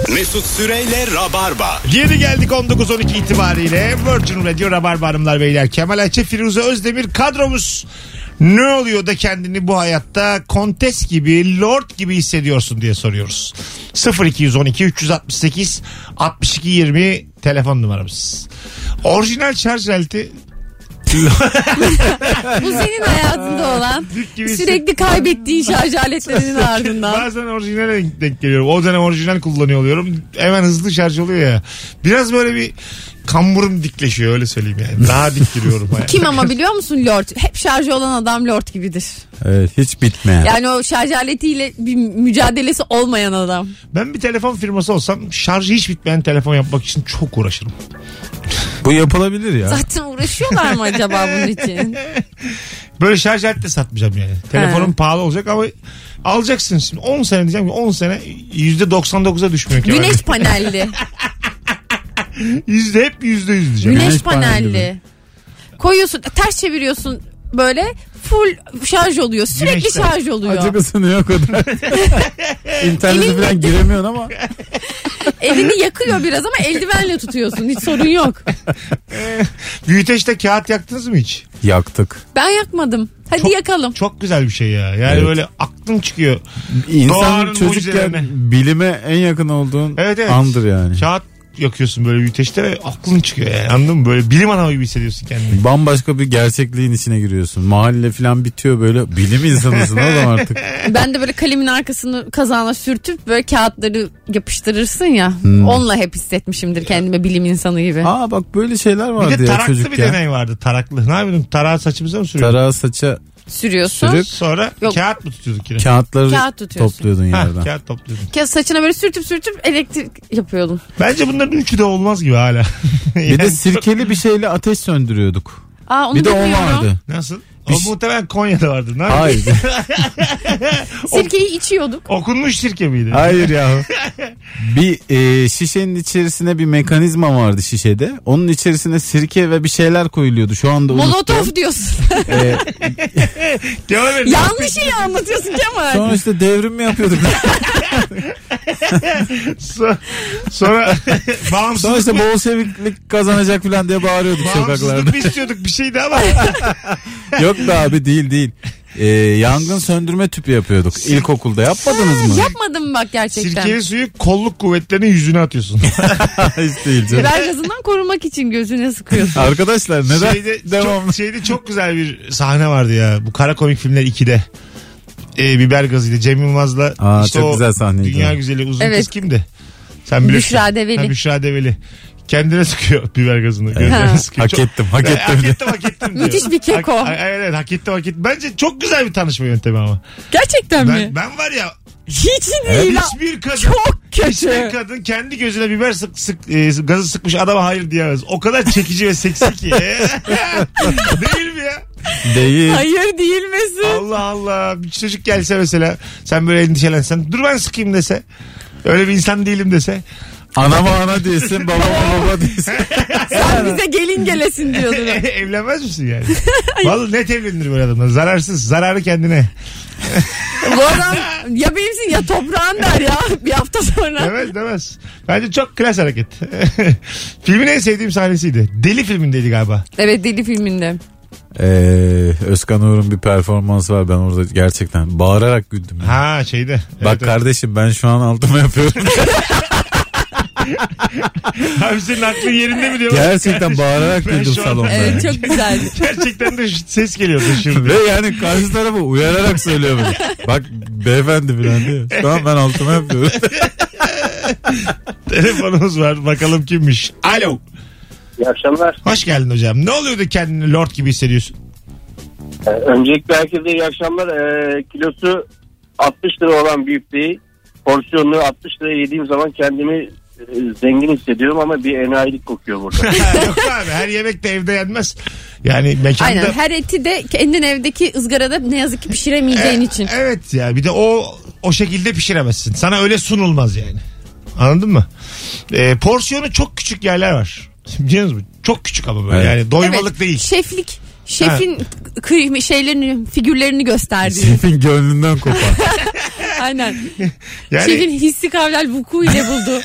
Mesut Süreyle Rabarba. Geri geldik 19-12 itibariyle Virgin Radio Rabarba hanımlar beyler. Kemal Ayça, Firuze Özdemir kadromuz. Ne oluyor da kendini bu hayatta kontes gibi, lord gibi hissediyorsun diye soruyoruz. 0212 368 62 20 telefon numaramız. Orijinal şarj aleti. Bu senin hayatında olan sürekli kaybettiğin şarj aletlerinin ardından. Bazen orijinale denk geliyorum. O dönem orijinal kullanıyor oluyorum. Hemen hızlı şarj oluyor ya. Biraz böyle bir kamburum dikleşiyor, öyle söyleyeyim yani. Daha dik giriyorum. Kim ama biliyor musun lord? Hep şarjı olan adam lord gibidir. Evet, hiç bitmeyen. Yani o şarj aletiyle bir mücadelesi olmayan adam. Ben bir telefon firması olsam şarjı hiç bitmeyen telefon yapmak için çok uğraşırım. Bu yapılabilir ya. Zaten uğraşıyorlar mı acaba bunun için? Böyle şarj aleti de satmayacağım yani. Telefonum pahalı olacak ama alacaksın şimdi. 10 sene diyeceğim ki 10 sene %99'a düşmüyor. Güneş panelli. Hep %100 diyeceğim. Güneş panelli. Koyuyorsun, ters çeviriyorsun böyle full şarj oluyor. Sürekli Güneşte. şarj oluyor. Açık ısınıyor o kadar. İnternete falan giremiyorsun ama. Elini yakıyor biraz ama eldivenle tutuyorsun. Hiç sorun yok. Büyüteçte kağıt yaktınız mı hiç? Yaktık. Ben yakmadım. Hadi yakalım. Çok güzel bir şey ya. Yani Evet. böyle aklın çıkıyor. İnsan Doğanın çocukken mucizelerine. bilime en yakın olduğun Evet. andır yani. Kağıt yakıyorsun böyle büyüteçte ve aklın çıkıyor yani, anladın mı? Böyle bilim adamı gibi hissediyorsun kendini. Bambaşka bir gerçekliğin içine giriyorsun. Mahalle falan bitiyor böyle. Bilim insanısın oğlum artık. Ben de böyle kalemin arkasını kazağına sürtüp böyle kağıtları yapıştırırsın ya. Onunla hep hissetmişimdir kendime bilim insanı gibi. Aa bak böyle şeyler vardı Bir de ya taraklı çocukken. bir deney vardı. Taraklı. Ne yapıyordun? Tarağı saçımıza mı sürüyordun? Tarağı saça Sürüyorsun. sürüp Sonra Yok. kağıt mı tutuyorduk yine? kağıtları Kağıt tutuyorsun. topluyordun Ha, yerden. kağıt topluyordun. Saçına böyle sürtüp elektrik yapıyordum. Bence bunların üçü de olmaz gibi hala. Bir de sirkeli bir şeyle ateş söndürüyorduk. Aa, onu Bir de o bilmiyorum. vardı. Nasıl? O muhtemelen Konya'da vardı. Ne Hayır. Sirkeyi içiyorduk. Okunmuş sirke miydi? Hayır yahu. Bir şişenin içerisine bir mekanizma vardı şişede. Onun içerisine sirke ve bir şeyler koyuluyordu. Şu anda unuttum. Molotov diyorsun. Devam edin. Yanlış şeyi anlatıyorsun Kemal. Sonra işte devrim mi yapıyorduk? Sonra bağımsızlık Sonra işte mı? Bolşeviklik kazanacak falan diye bağırıyorduk Bağımsızlık sokaklarda. mı istiyorduk, bir şeydi ama. Yok be abi değil. Yangın söndürme tüpü yapıyorduk. İlkokulda yapmadınız mı? Yapmadım bak gerçekten. Sirkeli suyu kolluk kuvvetlerinin yüzüne atıyorsun. Hiç değil canım. Biber gazından korumak için gözüne sıkıyorsun. Arkadaşlar neden devamlı? Şeyde çok güzel bir sahne vardı ya. Bu kara komik filmler 2'de. Biber gazıyla Cem Yılmaz'la işte çok o güzel sahneydi. dünya güzeli uzun Evet. kız kimdi? Sen biliyorsun. Büşra Develi. Ha, Büşra Develi. Kendine sıkıyor biber gazını. Gözlerine sıkıyor. Hak ettim. Hak ettim diyor. Müthiş bir keko. Evet, hak ettim. Bence çok güzel bir tanışma yöntemi ama. Gerçekten mi? Ben var ya, Hiç değil. hiçbir kadın, Çok hiçbir kötü. kadın kendi gözüne biber gazı sıkmış adama hayır diyemez. O kadar çekici ve seksi ki. Değil mi ya? Değil. Hayır değilmesin. Allah Allah. Bir çocuk gelse mesela, sen böyle endişelensen, dur ben sıkayım dese. Öyle bir insan değilim dese. Anama ana değilsin, babama baba değilsin. Sen bize gelin gelesin diyordun. Evlenmez misin yani? Vallahi net evlenir böyle adamlar. Zararsız. Zararı kendine. Bu adam ya benimsin ya toprağın der ya bir hafta sonra. Demez. Bence çok klas hareket. Filmin en sevdiğim sahnesiydi. Deli filmindeydi galiba. Evet, Deli filminde. Özkan Uğur'un bir performansı var. Ben orada gerçekten bağırarak güldüm. Yani. Ha şeyde. Bak Evet. kardeşim ben şu an altıma yapıyorum. Abi senin aklın yerinde mi diyor? Gerçekten bağırarak Ben güldüm şu an- salonda. Evet, çok güzeldi. Gerçekten de ses geliyor dışarıda. Ve yani karşı tarafı uyararak söylüyor bunu. Bak beyefendi falan diyor. Şu an ben altıma yapıyorum. Telefonumuz var. Bakalım kimmiş. Alo. İyi akşamlar. Hoş geldin hocam. Ne oluyor da kendini lord gibi hissediyorsun? Öncelikle herkese iyi akşamlar. Kilosu 60 lira olan büyüklüğü, porsiyonlu 60 lira yediğim zaman kendimi zengin hissediyorum ama bir enayilik kokuyor burada. Yok abi, her yemek de evde yenmez. Yani mekanda... Aynen, her eti de kendin evdeki ızgarada ne yazık ki pişiremeyeceğin için. Evet ya, bir de o şekilde pişiremezsin. Sana öyle sunulmaz yani. Anladın mı? Porsiyonu çok küçük yerler var. Biliyor musun? Çok küçük ama böyle. Evet. Yani doymalık Evet, değil. Şefin şeylerini, figürlerini gösterdiği. Şefin gönlünden kopar. Aynen. Yani Şefin hissi kavlal vuku ile buldu.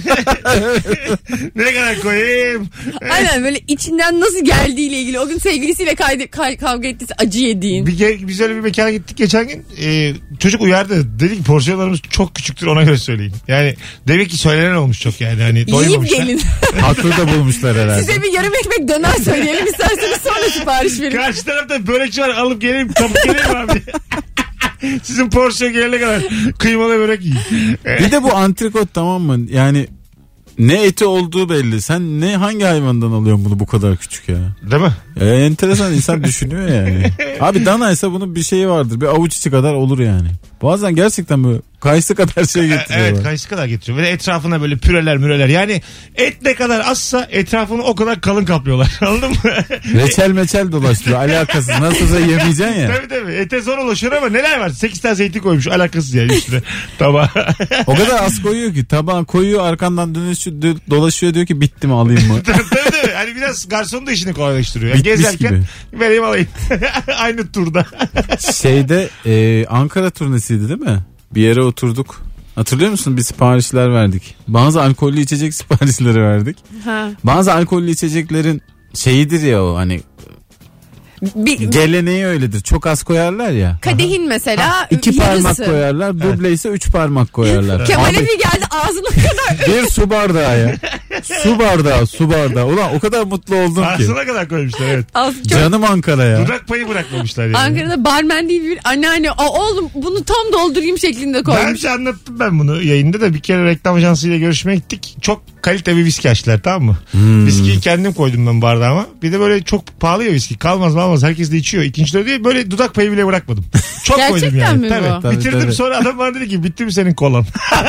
ne kadar koyayım? Aynen böyle içinden nasıl geldiğiyle ilgili. O gün sevgilisiyle kavga ettiyse acı yediğin. Biz öyle bir mekana gittik geçen gün. Çocuk uyardı. Dedi ki porsiyonlarımız çok küçüktür, ona göre söyleyin. Yani demek ki söylenen olmuş çok yani. Hani Yiyip doymamışlar. gelin. Haklı da bulmuşlar herhalde. Size bir yarım ekmek döner söyleyelim, isterseniz sonra sipariş verin. Karşı tarafta börekçi var, alıp geleyim, kapıp geleyim abi. Sizin porsiyon gelene kadar kıymalı börek yiyin. Bir de bu antrikot, tamam mı? Yani ne eti olduğu belli. Sen hangi hayvandan alıyorsun bunu bu kadar küçük ya? Değil mi? Enteresan, insan düşünüyor yani. Abi danaysa bunun bir şeyi vardır. Bir avuç içi kadar olur yani. Bazen gerçekten böyle kayısı kadar şey getiriyorlar. Evet, kayısı kadar getiriyor. Ve etrafına böyle püreler. Yani et ne kadar azsa etrafını o kadar kalın kaplıyorlar. Anladın mı? Reçel meçel dolaşıyor. Alakasız. Nasılsa yemeyeceksin ya. Tabii. Ete zor ulaşıyor ama neler var? 8 tane zeytin koymuş. Alakasız yani üstüne. Tabağa. O kadar az koyuyor ki. Tabağı koyuyor, arkandan dolaşıyor, diyor ki bitti mi, alayım mı? Tabii. Hani biraz garsonun da işini kolaylaştırıyor. Yani Bitmiş gezerken vereyim alayım. Aynı turda. Şeyde Ankara turnesiydi değil mi? Bir yere oturduk. Hatırlıyor musun? Bir siparişler verdik. Bazı alkollü içecek siparişleri verdik. Ha. Bazı alkollü içeceklerin şeyidir ya o, hani geleneği öyledir. Çok az koyarlar ya. Kadehin mesela 2 yarısı. parmak koyarlar. Duble ise 3 parmak koyarlar. Kemal Abi, Efi geldi ağzına kadar. bir su bardağı ya. Su bardağı. Ulan o kadar mutlu oldum ki. Ağzına kadar koymuşlar, evet. Canım Ankara ya. Dudak payı bırakmamışlar yani. Ankara'da barmen değil bir anneanne. Oğlum bunu tam doldurayım şeklinde Daha koymuş. önce anlattım ben bunu yayında da, bir kere reklam ajansıyla görüşmeye gittik. Çok kaliteli bir viski açtılar, tamam mı? Viskiyi kendim koydum ben bardağıma. Bir de böyle çok pahalı ya viski. Kalmaz. Herkes de içiyor. İkinci de diye böyle dudak payı bile bırakmadım. Çok koydum Gerçekten yani. mi bu? Tabii, Bitirdim tabii. sonra adam bana dedi ki bitti mi senin kolan?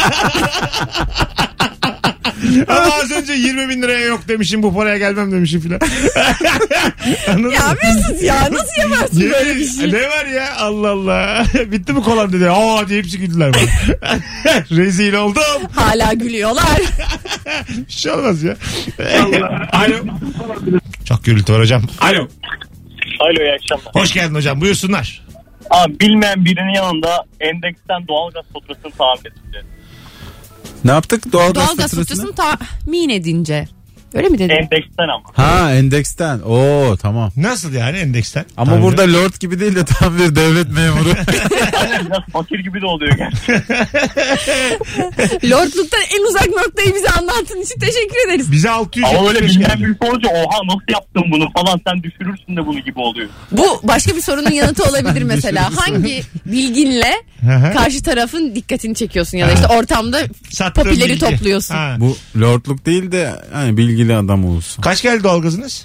Ama az önce 20 bin liraya yok demişim, bu paraya gelmem demişim filan. Anladın Ya mı? Mesut ya nasıl yaparsın böyle bir şey? Ne var ya, Allah Allah. Bitti mi kolan dedi. Aa diye hepsi güldüler bana. Rezil oldum. Hala gülüyorlar. Bir şey olmaz ya. Alo. Çok gürültü var hocam. Alo. Alo, iyi akşamlar. Hoş geldin hocam, buyursunlar. Abi bilmeyen birinin yanında endeksten doğalgaz faturasını tahmin edeceğiz. Ne yaptık? Doğalgaz Doğalgaz faturasını? faturasını tahmin edince. Öyle mi dedin? Endeksten ama. Ha, endeksten. Oo, tamam. Nasıl yani endeksten? Ama Tabii. burada lord gibi değil de tam bir devlet memuru. Aynen, biraz fakir gibi de oluyor gerçekten. Lordluktan en uzak noktayı bize anlattığın için teşekkür ederiz. Bize 600 Ama öyle bilmeyen geldi. birisi olunca oha nasıl yaptın bunu falan, sen düşürürsün de bunu gibi oluyor. Bu başka bir sorunun yanıtı olabilir mesela. Hangi bilginle hı. karşı tarafın dikkatini çekiyorsun ya da işte ortamda Sattığın papileri bilgi. topluyorsun. Ha. Bu lordluk değil de hani bilgili adam olsun. Kaç geldi doğalgazınız?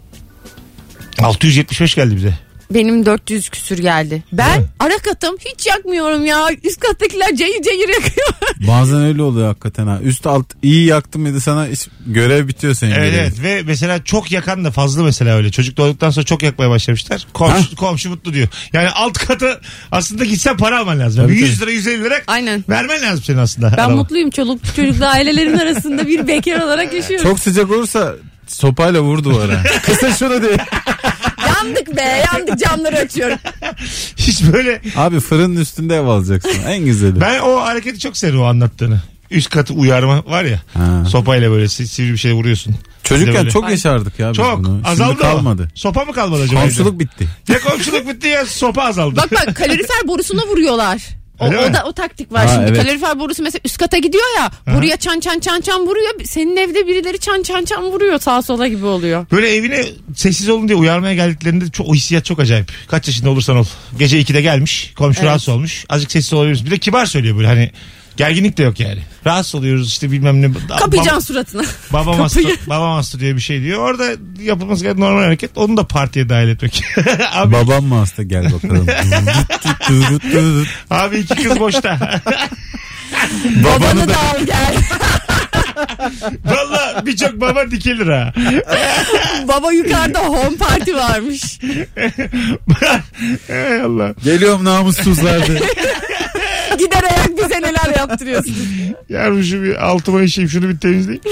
675 geldi bize. Benim 400 küsür geldi. Ben ara katım hiç yakmıyorum ya. Üst kattakiler cayır cayır yakıyor. Bazen öyle oluyor hakikaten ha. Üst alt iyi yaktım dedi sana, görev bitiyor senin. Evet, görevin. evet, ve mesela çok yakan da fazla mesela öyle. Çocuk doğduktan sonra çok yakmaya başlamışlar. Komşu mutlu diyor. Yani alt katı aslında gitsen para alman lazım. Tabii, 100 lira 150 lira Aynen. vermen lazım senin aslında. Ben adama. mutluyum. Çoluk çocuklu ailelerin arasında bir bekar olarak yaşıyorum. Çok sıcak olursa sopayla vur duvara. Kısın şunu diye. Yandık be yandık, camları açıyorum. Hiç böyle Abi fırının üstünde ev alacaksın. En güzeli. ben o hareketi çok seviyorum, o anlattığını. Üst katı uyarma var ya. Ha. Sopayla böyle sivri bir şey vuruyorsun. Çocukken Böyle. çok yaşardık ya biz Çok bunu. Şimdi azaldı kalmadı. o. Sopa mı kalmadı acaba? Komşuluk bitti. Ya komşuluk bitti ya sopa azaldı. Bak kalorifer borusuna vuruyorlar. Öyle mi? O taktik var Ha, şimdi. evet. Kalorifer borusu mesela üst kata gidiyor ya. Buraya çan vuruyor. Senin evde birileri çan vuruyor sağa sola gibi oluyor. Böyle evine sessiz olun diye uyarmaya geldiklerinde o hissiyat çok acayip. Kaç yaşında olursan ol. Gece 2'de gelmiş. Komşu Evet. rahatsız olmuş. Azıcık sessiz olabiliriz. Bir de kibar söylüyor böyle, hani gerginlik de yok yani. Rahatsız oluyoruz işte bilmem ne. Kapayacaksın suratına. Babam hastı diye bir şey diyor. Orada yapılması gereken normal hareket. Onu da partiye dahil etmek. abi, Babam mı hasta, gel bakalım. abi 2 kız boşta. Babanı da al gel. Valla birçok baba dikilir ha. Baba yukarıda home party varmış. Ey Allah. Geliyorum namussuzlardı. Gider ayak bize neler yaptırıyorsun. Yarın şu bir altıma işeyim, şunu bir temizleyeyim.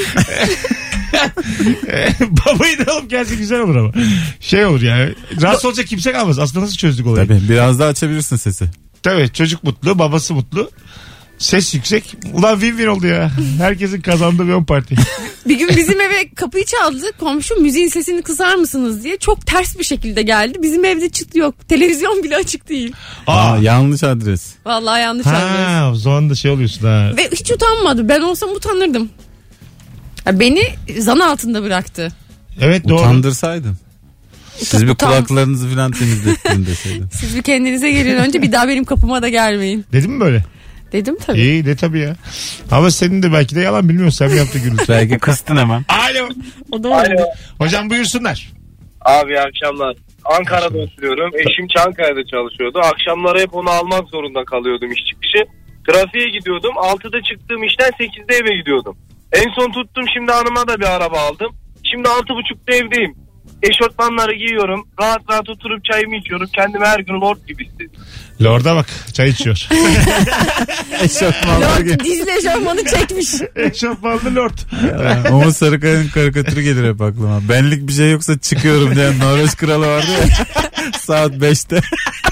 Babayı da alıp gelse güzel olur ama. Şey olur yani. Rahatsız olacak kimse kalmaz. Aslında nasıl çözdük olayı? Tabii biraz daha açabilirsin sesi. Tabii çocuk mutlu, babası mutlu. Ses yüksek. Ulan win-win oldu ya. Herkesin kazandığı bir 10 parti. Bir gün bizim eve kapıyı çaldı. Komşu müziğin sesini kısar mısınız diye. Çok ters bir şekilde geldi. Bizim evde çıt yok. Televizyon bile açık değil. Yanlış adres. Vallahi yanlış adres. O zaman da şey oluyorsun ha. Ve hiç utanmadı. Ben olsam utanırdım. Ya beni zan altında bıraktı. Evet doğru. Utandırsaydın. Siz bir kulaklarınızı falan temizlettirin deseydin. Siz bir kendinize gelin önce, bir daha benim kapıma da gelmeyin. Dedim mi böyle? Dedim tabii. İyi de tabii ya. Ama senin de belki de yalan, bilmiyorsun. Sen mi yaptın gürültü? Belki kıstın hemen. Alo. O da oldu. Hocam buyursunlar. Abi iyi akşamlar. Ankara'da oturuyorum. Eşim Çankaya'da çalışıyordu. Akşamları hep onu almak zorunda kalıyordum iş çıkışı. Trafiğe gidiyordum. 6'da çıktığım işten 8'de eve gidiyordum. En son tuttum, şimdi hanıma da bir araba aldım. Şimdi 6.30'da evdeyim. Eşortmanları giyiyorum. Rahat rahat oturup çayımı içiyorum. Kendimi her gün lord gibi hissediyorum. Lord'a bak, çay içiyor. Eşofmanlar gibi. Lord dizli eşofmanı çekmiş. Eşofmanlı lord. Umut Sarıkaya'nın karikatürü gelir hep aklıma. Benlik bir şey yoksa çıkıyorum diyen Norveç kralı vardı ya. Saat 5'te.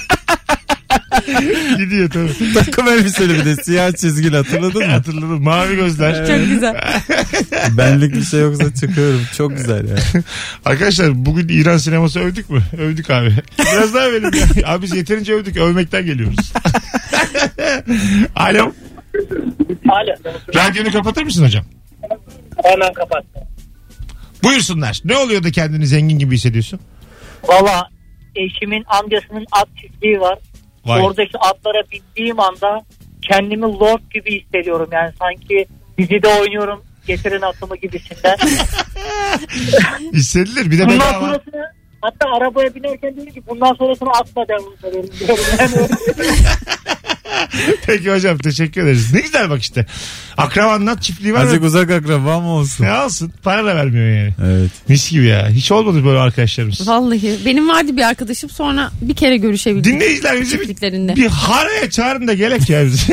Gidiyor tabii. Takım elbiseli bir de siyah çizgili, hatırladın mı? Hatırladım. Mavi gözler. Çok güzel. Benlik bir şey yoksa çıkıyorum. Çok güzel ya. Arkadaşlar bugün İran sineması övdük mü? Övdük abi. Biraz daha verelim ya. Abi biz yeterince övdük. Övmekten geliyoruz. Alo. Alo. Radyonu kapatır mısın hocam? Hemen kapattım. Buyursunlar. Ne oluyor da kendini zengin gibi hissediyorsun? Valla eşimin amcasının at çiftliği var. Vay. Oradaki atlara bindiğim anda kendimi lord gibi hissediyorum. Yani sanki dizide oynuyorum, getirin atımı gibisinden. Hissedilir. Bir de Bundan bedava. sonrasını, hatta arabaya binerken diyorum ki bundan sonrasını atla devam edelim diyorum. Yani Peki hocam, teşekkür ederiz. Ne güzel bak işte. Akrabanın at çiftliği var. Azıcık uzak akraba mı olsun? Ne alsın? Para da vermiyor yani. Evet. Mis gibi ya. Hiç olmadı böyle arkadaşlarımız. Vallahi benim vardı bir arkadaşım, sonra bir kere görüşebildik. Dinleyiciler bizi çiftliklerinde. bir haraya çağırın da gelek ya bizi.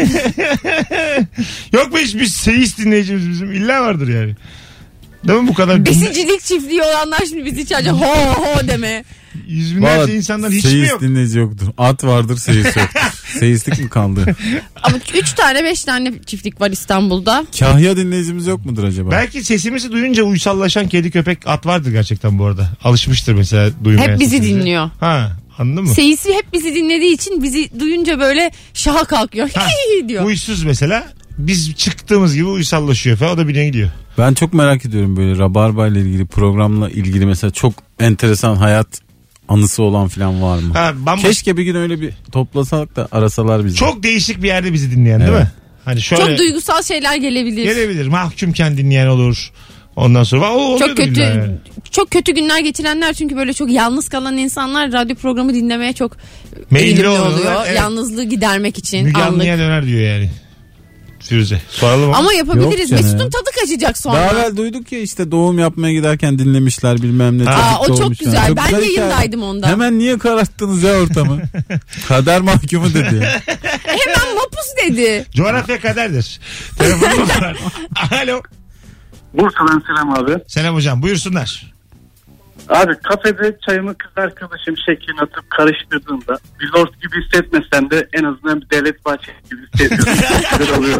Yok mu hiç bir seyis dinleyicimiz bizim? İlla vardır yani. Değil mi bu kadar? Besicilik çiftliği olanlar şimdi bizi çağıracak ho ho deme. Yüz binlerce Vallahi insandan hiç mi seyis yok? dinleyici yoktur. At vardır, seyis yoktur. Seyislik mi kaldı? Ama 3 tane 5 tane çiftlik var İstanbul'da. Kahya dinleyicimiz yok mudur acaba? Belki sesimizi duyunca uysallaşan kedi köpek at vardır gerçekten bu arada. Alışmıştır mesela duymaya. Hep bizi sesimizi. dinliyor. Ha, anladın mı? Seyisi hep bizi dinlediği için bizi duyunca böyle şaha kalkıyor. Hi diyor. Uysuz mesela. Biz çıktığımız gibi uysallaşıyor falan, o da birine gidiyor. Ben çok merak ediyorum böyle Rabarba ile ilgili, programla ilgili mesela çok enteresan hayat anısı olan falan var mı? Ha, Keşke bir gün öyle bir toplasak da arasalar bizi. çok değişik bir yerde bizi dinleyen değil Evet. mi? Hani şöyle Çok duygusal şeyler gelebilir. gelebilir. Mahkumken dinleyen olur. Ondan sonra Çok kötü yani. çok kötü günler geçirenler, çünkü böyle çok yalnız kalan insanlar radyo programı dinlemeye çok Meyilli eğilimli oluyorlar, oluyor. evet. Yalnızlığı gidermek için Müge anlık. Anlı'ya döner diyor yani. Firuze. Soralım ama. Ama yapabiliriz. Yok canım. Mesut'un tadı kaçacak sonra. Daha evvel duyduk ya işte doğum yapmaya giderken dinlemişler bilmem ne. Ha. O çok doğmuş güzel. yani. Ben güzel yayındaydım hikaye. onda. Hemen niye kararttınız ya ortamı? Kader mahkumu dedi ya. Hemen mapus dedi. Coğrafya kaderdir. Telefonum var. Alo. Bursa'dan selam abi. Selam hocam, buyursunlar. Abi kafede çayımı kız arkadaşım şekerini atıp karıştırdığında bir lord gibi hissetmesem de en azından bir devlet bahçesi gibi hissediyorum. Güzel oluyor.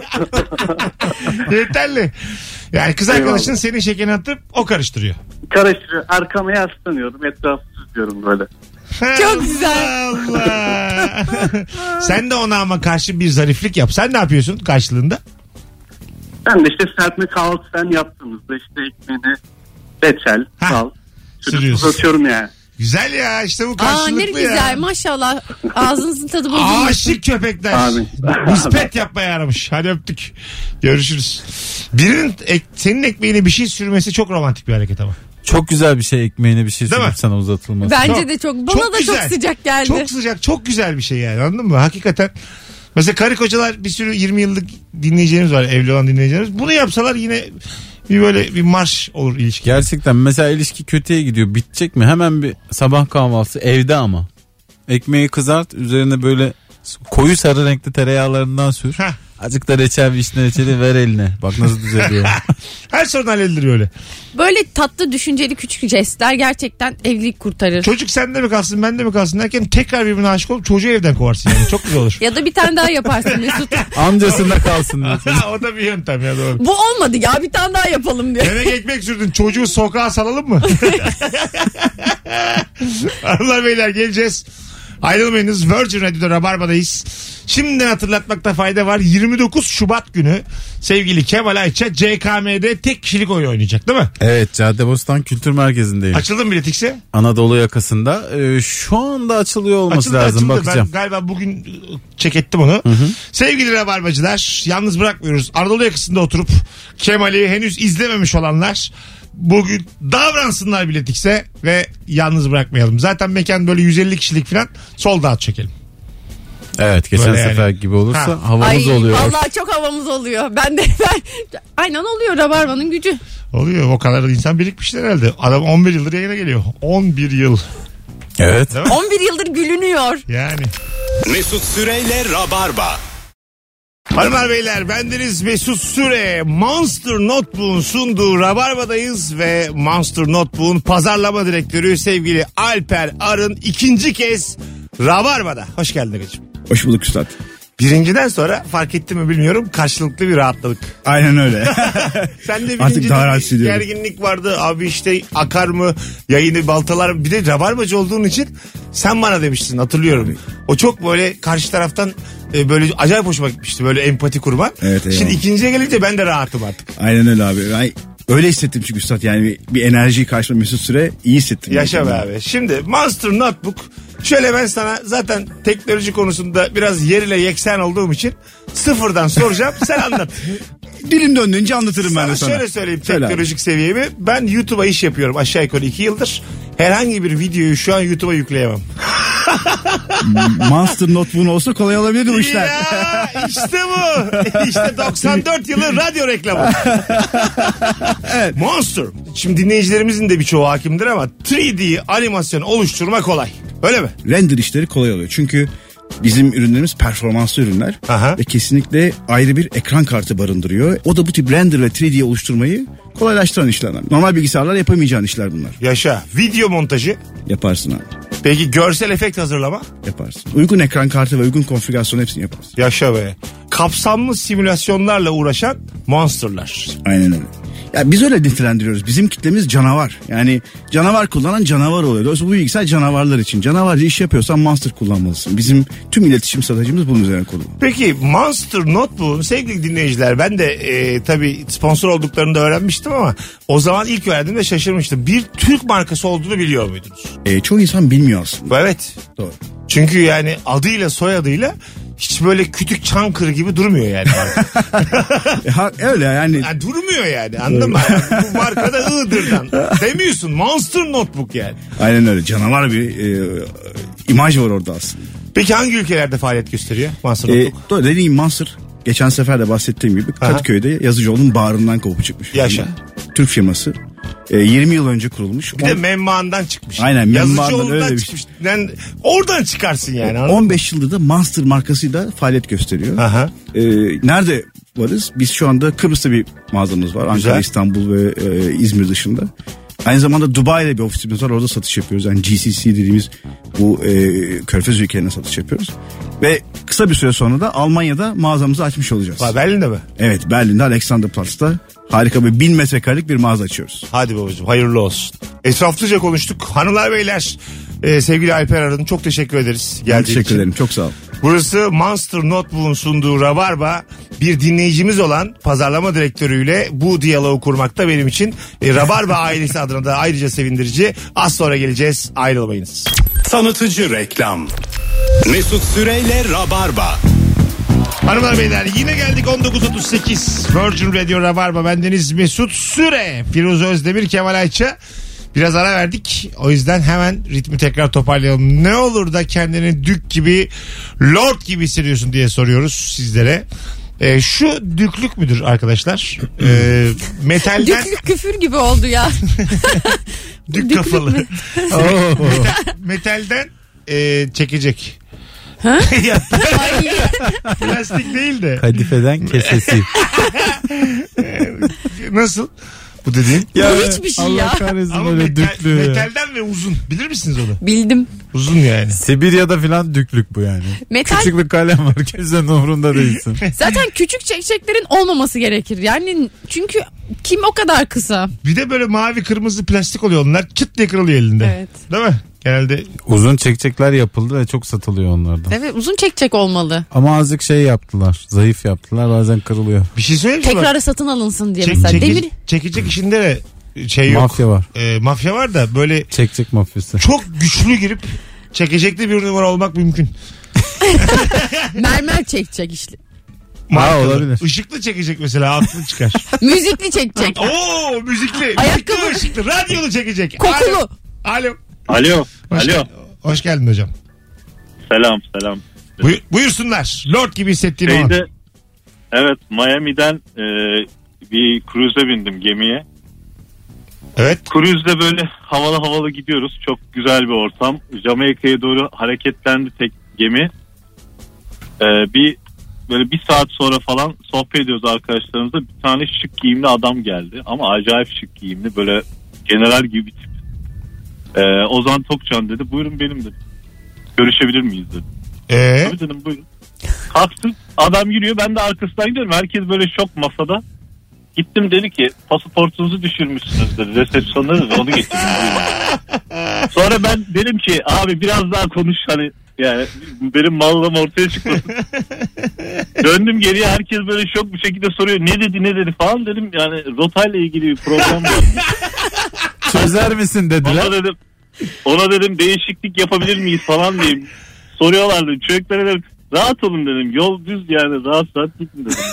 Yeterli. Yani kız arkadaşın senin şekerini atıp o karıştırıyor. Karıştırıyor. Arkama yaslanıyorum. Etrafı süzüyorum böyle. Çok güzel. Allah. Sen de ona ama karşı bir zariflik yap. Sen ne yapıyorsun karşılığında? Ben de işte serpme kahvaltı sen yaptığımızda işte ekmeğini reçel, Hah, sal, sürüyorsun. uzatıyorum yani. Güzel ya, işte bu Aa, karşılıklı ne ya. güzel maşallah. Ağzınızın tadı bozulmuş. Aşık köpekler. Abi. Nispet yapmaya aramış. Hadi öptük. Görüşürüz. Birinin senin ekmeğine bir şey sürmesi çok romantik bir hareket ama. Çok güzel bir şey, ekmeğine bir şey Değil mi? sürüp sana uzatılması. Bence Çok- de çok. Bana çok da güzel. çok sıcak geldi. Çok sıcak, çok güzel bir şey yani, anladın mı? Hakikaten. Mesela karı kocalar bir sürü 20 yıllık dinleyicilerimiz var, evli olan dinleyicilerimiz. Bunu yapsalar yine bir böyle bir marş olur ilişki. Gerçekten mesela ilişki kötüye gidiyor. Bitecek mi? Hemen bir sabah kahvaltısı evde ama. Ekmeği kızart, üzerine böyle koyu sarı renkli tereyağlarından sür. Heh. Azıcık da reçel vişne reçeli ver eline. Bak nasıl düzeliyor. Her sorun halledilir öyle. Böyle tatlı düşünceli küçük jestler gerçekten evlilik kurtarır. Çocuk sende mi kalsın bende mi kalsın derken tekrar birbirine aşık olup çocuğu evden kovarsın yani. Çok güzel olur. Ya da bir tane daha yaparsın Mesut. Amcasında kalsın mesela. O da bir yöntem ya, doğru. Bu olmadı ya, bir tane daha yapalım diyor. Yemek ekmek sürdün, çocuğu sokağa salalım mı? Hanımlar beyler, geleceğiz. Ayrılmayınız. Virgin Radio'da Rabarba'dayız. Şimdiden hatırlatmakta fayda var. 29 Şubat günü sevgili Kemal Ayça CKM'de tek kişilik oyun oynayacak değil mi? Evet, Caddebostan Kültür Merkezi'ndeyim. Açıldı mı biletikse? Anadolu yakasında. Şu anda açılıyor olması lazım. Bakacağım. Ben galiba bugün çek ettim onu. Sevgili Rabarbacılar, yalnız bırakmıyoruz. Anadolu yakasında oturup Kemal'i henüz izlememiş olanlar bugün davransınlar biletikse ve yalnız bırakmayalım. Zaten mekan böyle 150 kişilik falan, sold out çekelim. Evet, geçen Böyle sefer yani. gibi olursa Ha. havamız oluyor. Vallahi çok havamız oluyor. Ben aynen oluyor, Rabarba'nın gücü. Oluyor, o kadar insan birikmişler herhalde. Adam 11 yıldır yayına geliyor. 11 yıl. Evet. 11 yıldır gülünüyor. Yani. Mesut Süreyle Rabarba. Hanımlar beyler, bendeniz Mesut Süre. Monster Notebook'un sunduğu Rabarba'dayız ve Monster Notebook'un pazarlama direktörü sevgili Alper Arın ikinci kez Rabarba'da. Hoş geldin Agacığım. Hoş bulduk üstad. Birinciden sonra fark ettim mi bilmiyorum, karşılıklı bir rahatladık. Aynen öyle. Sen de Artık daha rahat birincide bir hissediyorum. gerginlik vardı. Abi işte akar mı yayını baltalar. Bir de Rabarbacı olduğun için sen bana demiştin, hatırlıyorum. O çok böyle karşı taraftan böyle acayip hoşuma gitmişti, böyle empati kurman. Evet, Şimdi eyvallah. ikinciye gelince ben de rahatım artık. Aynen öyle abi. Öyle hissettim çünkü üstad, yani bir enerjiyi karşıma Mesut Süre iyi hissettim. Yaşa be abi. Şimdi Monster Notebook, şöyle ben sana zaten teknoloji konusunda biraz yerle yeksen olduğum için sıfırdan soracağım, sen anlat. Dilim döndüğünce anlatırım ben de sana. Şöyle söyleyeyim Söyle teknolojik seviyemi. Ben YouTube'a iş yapıyorum aşağı yukarı 2 yıldır. Herhangi bir videoyu şu an YouTube'a yükleyemem. Monster Notebook'un olsa kolay olabilirdi bu işler. Ya işte bu. İşte 94 yılı radyo reklamı. Evet. Monster. Şimdi dinleyicilerimizin de birçoğu hakimdir ama 3D animasyon oluşturma kolay. Öyle mi? Render işleri kolay oluyor. Çünkü bizim ürünlerimiz performanslı ürünler. Aha. Ve kesinlikle ayrı bir ekran kartı barındırıyor. O da bu tip render ve 3D oluşturmayı kolaylaştıran işlerden. Normal bilgisayarlar yapamayacağın işler bunlar. Yaşa. Video montajı. Yaparsın abi. Peki görsel efekt hazırlama. Yaparsın. Uygun ekran kartı ve uygun konfigürasyon hepsini yaparsın. Yaşa be. Kapsamlı simülasyonlarla uğraşan monsterlar. Aynen öyle. Ya biz öyle nitelendiriyoruz. Bizim kitlemiz canavar. Yani canavar kullanan canavar oluyor. Dolayısıyla bu bilgisayar canavarlar için. Canavarca iş yapıyorsan Monster kullanmalısın. Bizim tüm iletişim stratejimiz bunun üzerine kurulu. Peki Monster Notebook'un sevgili dinleyiciler, ben de tabii sponsor olduklarını da öğrenmiştim ama o zaman ilk öğrendiğimde şaşırmıştım. Bir Türk markası olduğunu biliyor muydunuz? Çoğu insan bilmiyor aslında. Evet. Doğru. Çünkü yani adıyla soyadıyla hiç böyle kütük Çankırı gibi durmuyor yani. Öyle yani. Yani durmuyor yani, anladın mı? Yani bu markada Iğdır'dan demiyorsun. Monster Notebook yani. Aynen öyle. Canavar bir imaj var orada aslında. Peki hangi ülkelerde faaliyet gösteriyor Monster Notebook? Doğru, dediğim gibi Monster geçen sefer de bahsettiğim gibi Kadıköy'de Yazıcıoğlu'nun bağrından kopup çıkmış. Yaşa. Türk firması. 20 yıl önce kurulmuş. Bir de Menbaan'dan çıkmış. Aynen, Menbaan'dan Yazıcıoğlu'ndan öyle bir çıkmış. Yani oradan çıkarsın yani. 15 yıldır da Monster markasıyla faaliyet gösteriyor. Aha. Nerede varız? Biz şu anda Kıbrıs'ta bir mağazamız var. Güzel. Ankara, İstanbul ve İzmir dışında. Aynı zamanda Dubai'de bir ofisimiz var. Orada satış yapıyoruz. Yani GCC dediğimiz bu Körfez ülkelerine satış yapıyoruz. Ve kısa bir süre sonra da Almanya'da mağazamızı açmış olacağız. Berlin'de mi? Evet, Berlin'de Alexanderplatz'ta harika bir 1000 metrekarelik bir mağaza açıyoruz. Hadi babacığım, hayırlı olsun. Etraflıca konuştuk. Hanımlar beyler, sevgili Alper Arın, çok teşekkür ederiz. Ben teşekkür ederim. Çok sağ ol. Burası Monster Notebook'un sunduğu Rabarba. Bir dinleyicimiz olan pazarlama direktörüyle bu diyaloğu kurmakta benim için Rabarba ailesi adına da ayrıca sevindirici. Az sonra geleceğiz, ayrılmayınız. Tanıtıcı reklam. Mesut Süreyle Rabarba. Hanımlar beyler, yine geldik 19.38 Virgin Radio Rabarba. Bendeniz Mesut Süre, Firuze Özdemir, Kemal Ayça. Biraz ara verdik. O yüzden hemen ritmi tekrar toparlayalım. Ne olur da kendini dük gibi, lord gibi hissediyorsun diye soruyoruz sizlere. Şu düklük müdür arkadaşlar? Metalden... Düklük küfür gibi oldu ya. Dük kafalı. Metalden çekecek. Ya, plastik değil de. Kadifeden kesesi. Nasıl? Bu dediğin? Bu hiçbir şey Allah ya. kahretsin Ama böyle düklü. metalden ve uzun. Bilir misiniz onu? Bildim. Uzun yani. Sibirya'da falan düklük bu yani. Metal Küçük bir kalem var, kimsenin umurunda değilsin. zaten küçük çekçeklerin olmaması gerekir. Yani çünkü kim o kadar kısa? Bir de böyle mavi kırmızı plastik oluyor onlar. Çıt diye kırılıyor elinde. Evet. Değil mi? Genelde Uzun çekçekler yapıldı ve çok satılıyor onlardan. Evet, uzun çekçek olmalı. Ama azıcık şey yaptılar. Zayıf yaptılar, bazen kırılıyor. bir şey söyleyeyim mi? Tekrar satın alınsın diye mesela. Demir Çekecek işinde de şey yok. Mafya var. Mafya var da böyle Çekçek mafyası. çok güçlü girip çekecekli bir numara olmak mümkün. mermer çekecek işte. Markalı. olabilir. Işıklı çekecek mesela altını çıkar. Müzikli çekecek. Oo müzikli. Ayakkabı. Müzikli ışıklı. Radyolu çekecek. Kokulu. Alo. Alo. Hoş geldin hocam. Selam. Buyursunlar. Lord gibi hissettiğin o an. Evet, Miami'den bir cruise'e bindim, gemiye. Evet. Cruise'de böyle havalı gidiyoruz. Çok güzel bir ortam. Jamaika'ya doğru hareketlendi tek gemi. Böyle bir saat sonra falan sohbet ediyoruz arkadaşlarımızla. Bir tane şık giyimli adam geldi. Ama acayip şık giyimli. Böyle general gibi bir tip. Ozan Tokcan dedi. Buyurun benim dedi. Görüşebilir miyiz dedi. Tabii dedim buyurun. Kalktım. Adam yürüyor. Ben de arkasından gidiyorum. Herkes böyle şok masada. Gittim, dedi ki pasaportunuzu düşürmüşsünüz dedi. Resepsiyonda dedi, onu getirdim. Sonra ben dedim ki abi biraz daha konuş, hani yani benim mallığım ortaya çıkmasın. Döndüm geriye, herkes böyle şok bir şekilde soruyor. Ne dedi falan, dedim yani rotayla ilgili bir problem var. Çözer misin dediler. Ona dedim değişiklik yapabilir miyiz falan diye soruyorlardı. Çocuklara dedim rahat olun dedim. Yol düz yani, rahat gittin dedim.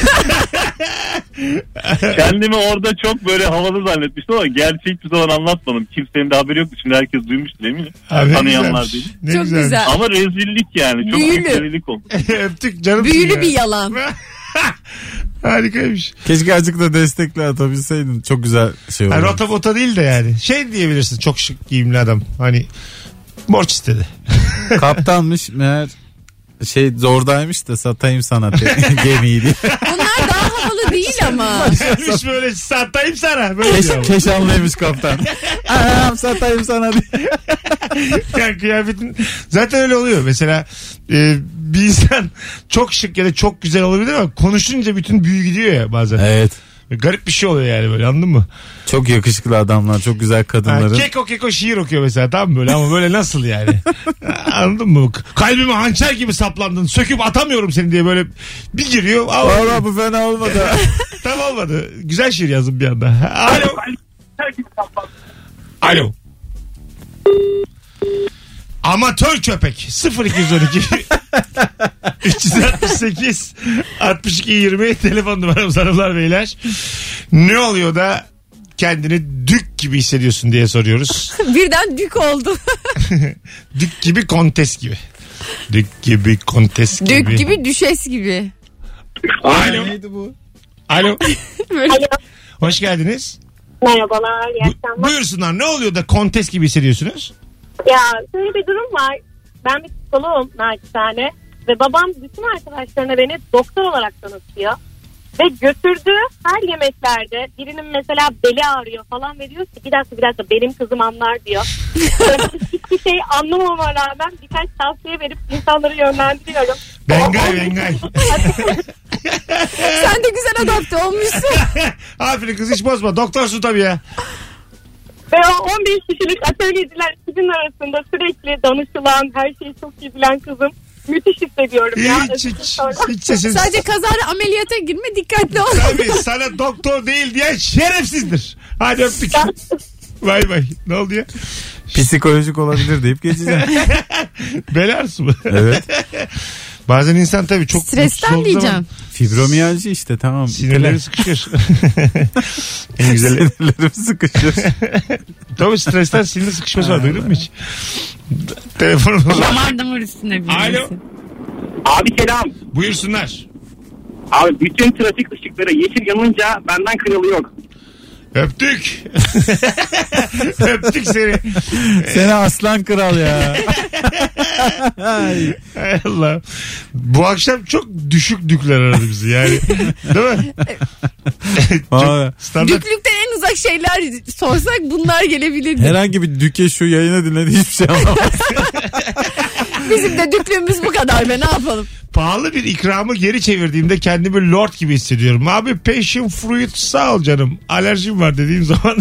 Kendimi orada çok böyle havalı zannetmiştim ama gerçeği hiçbir zaman anlatmadım. Kimsenin de haberi yoktu. Şimdi herkes duymuştur eminim. Tanıyanlar değil. Çok güzel. Ama rezillik yani. Çok büyük rezillik oldu. Öptük canım. Büyülü bir yalan. Harikaymış. Keşke azıcık da destekle atabilseydin. Çok güzel şey oldu. Rota bota değil de yani. Şey diyebilirsin, çok şık giyimli adam. Hani borç istedi. Kaptanmış meğer zordaymış da satayım sana gemiyi diye. Bunlar daha havalı değil ama. Demiş böyle satayım sana. Böyle Keşanlıymış kaptan. Anam satayım sana diye. yani kıyafetin zaten öyle oluyor. Mesela bir insan çok şık ya da çok güzel olabilir ama konuşunca bütün büyü gidiyor ya bazen. Evet. Garip bir şey oluyor yani böyle, anladın mı? Çok yakışıklı adamlar, çok güzel kadınların. Keko şiir okuyor mesela, tamam mı böyle, ama böyle nasıl yani? Anladın mı? Kalbime hançer gibi saplandın, söküp atamıyorum seni diye böyle bir giriyor. Valla bu fena olmadı. Tam olmadı. Güzel şiir yazdım bir anda. Alo. Amatör köpek 0212 368 62 20 telefon numaramız hanımlar beyler. Ne oluyor da kendini dük gibi hissediyorsun diye soruyoruz. Birden dük oldu. Dük gibi kontes gibi. Dük gibi kontes gibi. Dük gibi düşes gibi. Alo. Neydi bu? Alo. Böyle. Alo. Hoş geldiniz. Merhabalar, iyi akşamlar. Buyursunlar, ne oluyor da kontes gibi hissediyorsunuz? Ya şöyle bir durum var. Ben bir psikoloğum naçizane ve babam bütün arkadaşlarına beni doktor olarak tanıtıyor. Ve götürdüğü her yemeklerde birinin mesela beli ağrıyor falan ve diyor ki bir dakika benim kızım anlar diyor. Hiçbir şey anlamama rağmen birkaç tavsiye verip insanları yönlendiriyorum. Bengay. Sen de güzel adapte olmuşsun. Aferin kız, hiç bozma. Doktorsun tabii ya. Ve o 15 kişilik atölyeciler sizin arasında sürekli danışılan, her şeyi çok iyi bilen kızım. Müthiş hissediyorum ya. Hiç sesin. Sadece kazara ameliyata girme, dikkatli ol. Tabii sana doktor değil diye şerefsizdir. Hadi öptük. Bay. Ne oldu ya? Psikolojik olabilir deyip geçeceğim. Bel ağrısı mı? Evet. Bazen insan tabii çok stresten diyeceğim. Fibromiyalji işte, tamam. Sinirleri sıkışır. En güzel. Sinirlerim sıkışır. Tabii stresten sinir sıkışması var. Duydun mu hiç? Telefonum var. Damar üstüne bir. Alo. Abi selam. Buyursunlar. Abi bütün trafik ışıkları yeşil yanınca benden kralı yok. Öptük. Öptük seni. Seni aslan kral ya. Hay Allah. Bu akşam çok düşük dükler aradı bizi yani. Değil mi? Vay. Standart. Düklükten en uzak şeyler sorsak bunlar gelebilirdi. Herhangi bir düke şu yayını dinledi hiçbir şey anlamaz. Bizim de düklüğümüz bu kadar be, ne yapalım? Pahalı bir ikramı geri çevirdiğimde kendimi lord gibi hissediyorum. Abi passion fruit sağ ol canım. Alerjim var dediğim zaman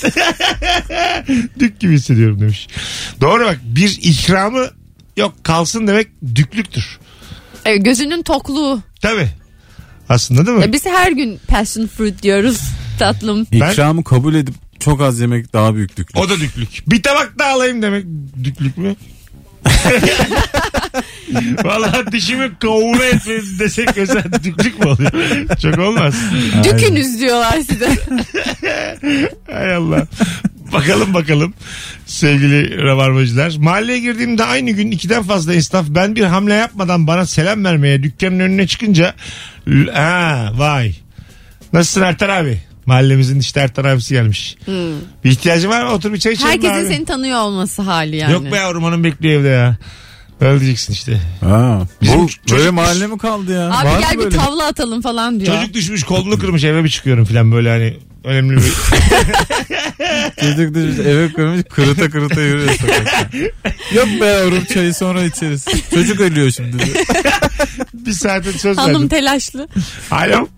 dük gibi hissediyorum demiş. Doğru bak, bir ikramı yok kalsın demek düklüktür. Gözünün tokluğu. Tabii. Aslında değil mi? Biz her gün passion fruit diyoruz tatlım. İkramı kabul edip çok az yemek daha büyük düklük. O da düklük. Bir tabak daha alayım demek düklük mü? Vallahi dişimi kavura etmeniz desek mesela düklük mü oluyor? Çok olmaz. Dükünüz diyorlar size. Hay Allah. Bakalım sevgili rabarbacılar. Mahalleye girdiğimde aynı gün 2'den fazla esnaf ben bir hamle yapmadan bana selam vermeye dükkanın önüne çıkınca vay. Nasılsın Ertan abi? Mahallemizin işte Ertan abisi gelmiş. Bir ihtiyacın var mı? Otur bir çay içelim. Herkesin abi. seni tanıyor olması hali yani. Yok be yavrum, hanım bekliyor evde ya. Öyle diyeceksin işte. Bu böyle mahalle mi kaldı ya? Abi Var gel böyle? bir tavla atalım falan diyor. Çocuk düşmüş kolunu kırmış eve bir çıkıyorum falan böyle hani önemli bir... Çocuk düşmüş eve kırmış kırıta yürüyor sokakta. Yok be yavrum, çayı sonra içeriz. Çocuk ölüyor şimdi. Bir saate söz Hanım verdim. telaşlı. Alo.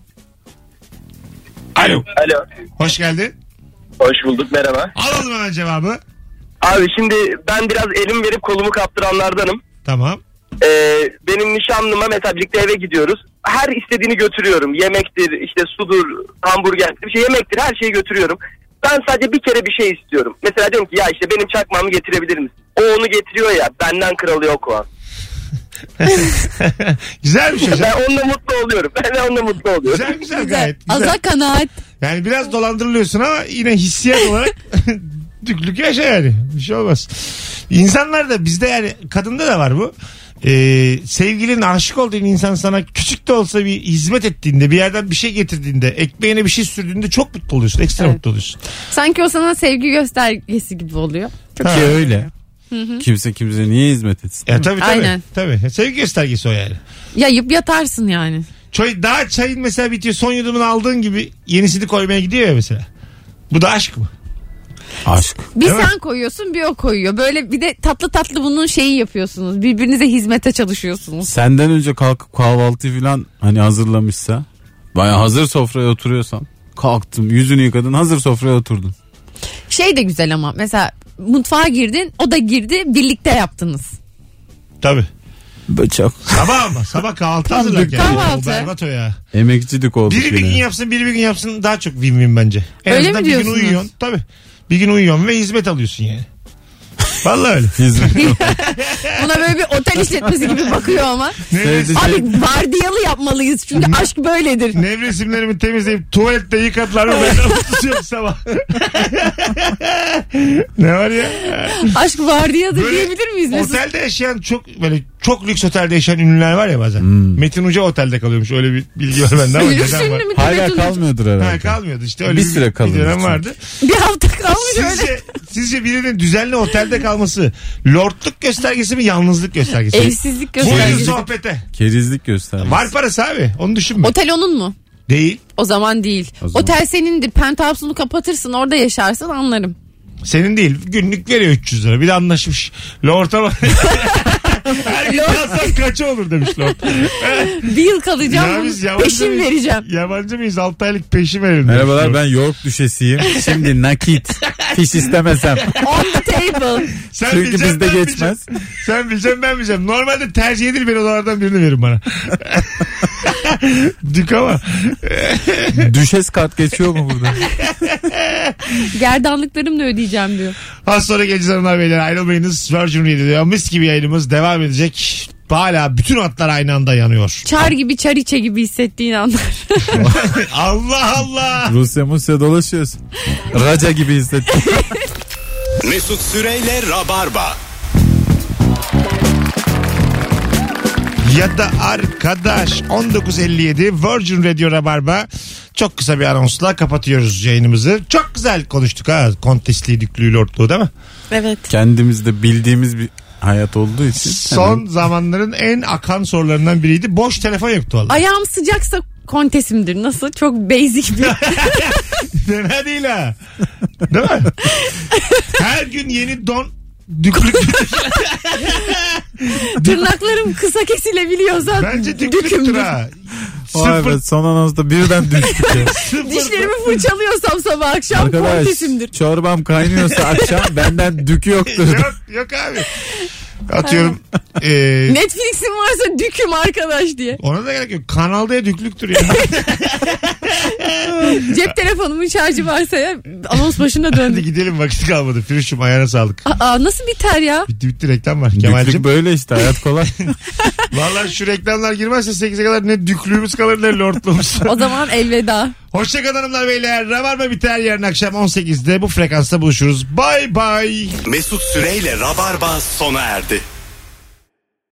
Alo. Alo. Hoş geldin. Hoş bulduk, merhaba. Alalım hemen cevabı. Abi şimdi ben biraz elim verip kolumu kaptıranlardanım. Tamam. Benim nişanlıma mesela birlikte eve gidiyoruz. Her istediğini götürüyorum. Yemektir, işte sudur, hamburger, bir şey yemektir, her şeyi götürüyorum. Ben sadece bir kere bir şey istiyorum. Mesela diyorum ki ya işte benim çakmağımı getirebilir misin? O onu getiriyor ya, benden kralı yok o an. Güzel bir şey. Ben onunla mutlu oluyorum. Güzel gayet. Güzel. Aza kanaat. Yani biraz dolandırılıyorsun ama yine hissiyat olarak düklük yaşa yani. Bir şey olmaz. İnsanlar da bizde yani kadında da var bu. Sevgilinin aşık olduğun insan sana küçük de olsa bir hizmet ettiğinde, bir yerden bir şey getirdiğinde, ekmeğine bir şey sürdüğünde çok mutlu oluyorsun. Ekstra mutlu oluyorsun. Sanki o sana sevgi göstergesi gibi oluyor. Ki öyle. Kimse niye hizmet etsin? Ya tabii. Aynen. Tabii. Sevgi göstergesi o yani. Yayıp yatarsın yani. Daha çayın mesela bitiyor, son yudumunu aldığın gibi yenisini koymaya gidiyor ya mesela. Bu da aşk mı? Aşk. Bir Değil sen mi? koyuyorsun, bir o koyuyor. Böyle bir de tatlı bunun şeyi yapıyorsunuz. Birbirinize hizmete çalışıyorsunuz. Senden önce kalkıp kahvaltı falan hani hazırlamışsa, bayağı hazır sofraya oturuyorsan, kalktım yüzünü yıkadın, hazır sofraya oturdun. Şey de güzel ama mesela mutfağa girdin, o da girdi, birlikte yaptınız. Tabii. Çok. Sabah kahvaltı hazırlarken. Kahvaltı. O berbat o ya. Emekçilik olduk Biri bir gün yine. yapsın, biri bir gün yapsın, daha çok win-win bence. En Öyle azından mi bir gün diyorsunuz? uyuyorsun. Tabii. Bir gün uyuyorsun ve hizmet alıyorsun yani. Vallahi öyle. Buna böyle bir otel işletmesi gibi bakıyor ama. Abi vardiyalı yapmalıyız çünkü aşk böyledir. Nevresimlerimi temizleyip tuvalette yıkadılar mı ben tutuyorum sabah. Ne var ya? Aşk vardiyadır Böyle diyebilir miyiz Mesut? Otelde yaşayan çok lüks otelde yaşayan ünlüler var ya bazen. Metin Uca otelde kalıyormuş, öyle bir bilgi var bende ama Lüks neden var? ünlü mü? Hala Demet Ünlü. kalmıyordur herhalde. Ha, kalmıyordu işte, öyle Bir süre kalır dönem çünkü. vardı. Bir hafta kalmış öyle. Sizce birinin düzenli otelde kalması lordluk göstergesi mi, yalnızlık göstergesi mi? Evsizlik Buyurun göstergesi. sohbete. Kerizlik göstermiş. Var parası abi, onu düşünme. Otel onun mu? Değil. O zaman değil. O zaman. Otel senindir. Penthouse'unu kapatırsın, orada yaşarsın, anlarım. Senin değil. Günlük veriyor 300 lira. Bir de anlaşmış. Lord'a bak. Her gün kalsam kaçı olur demiş Lord. Bir yıl kalacağım, biz yabancı peşin mıyız? vereceğim. Yabancı mıyız? 6 aylık peşin verelim. Merhabalar, demiş ben York düşesiyim. Şimdi nakit. Fiş istemesem. On the table. Sen Çünkü bileceksin, bizde ben geçmez. bileceğim. Sen bileceksin, ben bileceğim. Normalde tercih edilir, ben odalardan birini verin bana. Dük ama. Düşes kart geçiyor mu burada? Gerdanlıklarımla ödeyeceğim diyor. Az sonra geleceğiz hanımlar beyler, ayrılmayınız. Virgin Radio'da mis gibi yayınımız devam edecek. Hala bütün hatlar aynı anda yanıyor. Çar gibi, çariçe gibi hissettiğin anlar. Allah Allah. Rusya dolaşıyoruz. Raca gibi hissettim. Mesut Süreyle Rabarba. Ya da arkadaş 19.57 Virgin Radio Rabarba. Çok kısa bir anonsla kapatıyoruz yayınımızı. Çok güzel konuştuk ha. Kontesliği, düklüğü, lordluğu değil mi? Evet. Kendimizde bildiğimiz bir hayat olduğu için. Son zamanların en akan sorularından biriydi. Boş telefon yoktu valla. Ayağım sıcaksa kontesimdir. Nasıl? Çok basic bir... Fena değil ha. Değil mi? Her gün yeni don düklük. Tırnaklarım kısa kesilebiliyorsa Bence düklüktür dükümdür. ha. Vay be, son anonsta birden düştük ya. Dişlerimi fırçalıyorsam sabah akşam Arkadaş kontesimdir. çorbam kaynıyorsa akşam benden dükü yoktur. Yok abi. Atıyorum. Netflix'im varsa düküm arkadaş diye. Ona da gerek yok. Kanal D'ye düklüktür ya. Cep telefonumun şarjı varsa ya anons başına Hadi döndü. gidelim, vakit kalmadı. Firuş'um ayağına sağlık. Aa, nasıl biter ya? Bitti reklam var. Düklük Kemal'cim. böyle işte, hayat kolay. Vallahi şu reklamlar girmezse 8'e kadar ne düklüğümüz kalır ne lordluğumuz. O zaman elveda. Hoşçakalın hanımlar beyler. Rabarba biter yarın akşam 18'de bu frekansta buluşuruz. Bye bye. Mesut Süreyle Rabarba sona erdi.